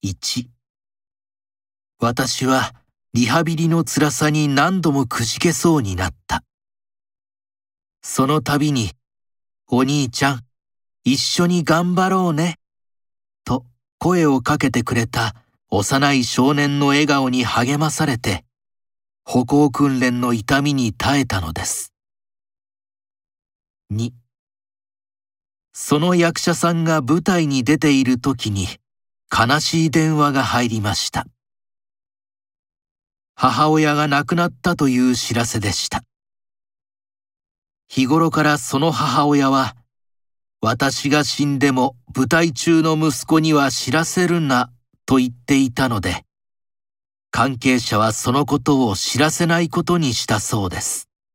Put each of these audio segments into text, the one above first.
1、私はリハビリの辛さに何度もくじけそうになった。その度に、お兄ちゃん、一緒に頑張ろうね、と声をかけてくれた幼い少年の笑顔に励まされて、歩行訓練の痛みに耐えたのです。2、その役者さんが舞台に出ている時に悲しい電話が入りました。母親が亡くなったという知らせでした。日頃からその母親は、私が死んでも舞台中の息子には知らせるなと言っていたので、関係者はそのことを知らせないことにしたそうです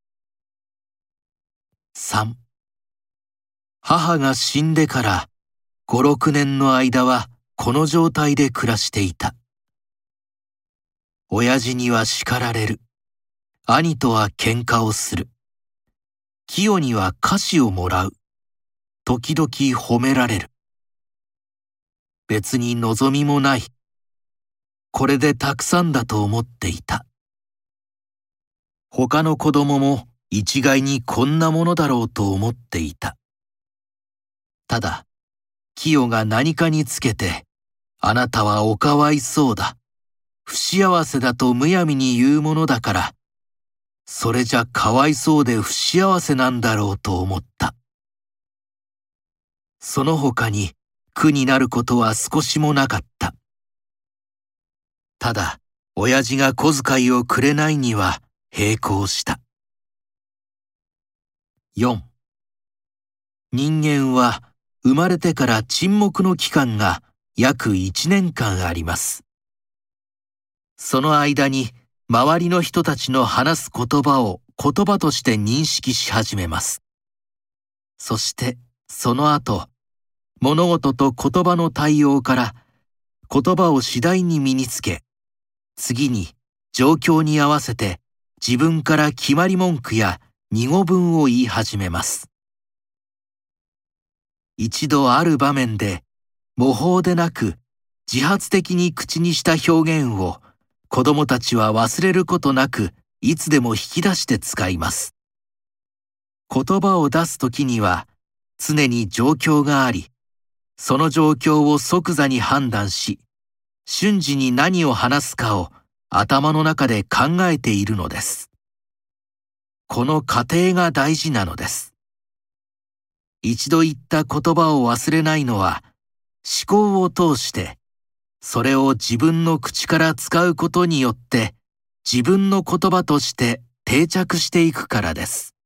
。3、母が死んでから5、6年の間はこの状態で暮らしていた。親父には叱られる。兄とは喧嘩をする。清には菓子をもらう。時々褒められる。別に望みもない。これでたくさんだと思っていた。他の子供も一概にこんなものだろうと思っていた。ただ、清が何かにつけて、あなたはおかわいそうだ。不幸せだとむやみに言うものだから、それじゃかわいそうで不幸せなんだろうと思った。その他に苦になることは少しもなかった。ただ、親父が小遣いをくれないには閉口した。4、人間は生まれてから沈黙の期間が約1年間あります。その間に周りの人たちの話す言葉を言葉として認識し始めます。そしてその後、物事と言葉の対応から言葉を次第に身につけ、次に状況に合わせて自分から決まり文句や二語文を言い始めます。一度ある場面で模倣でなく自発的に口にした表現を子供たちは忘れることなくいつでも引き出して使います。言葉を出すときには常に状況があり、その状況を即座に判断し、瞬時に何を話すかを頭の中で考えているのです。この過程が大事なのです。一度言った言葉を忘れないのは、思考を通して、それを自分の口から使うことによって、自分の言葉として定着していくからです。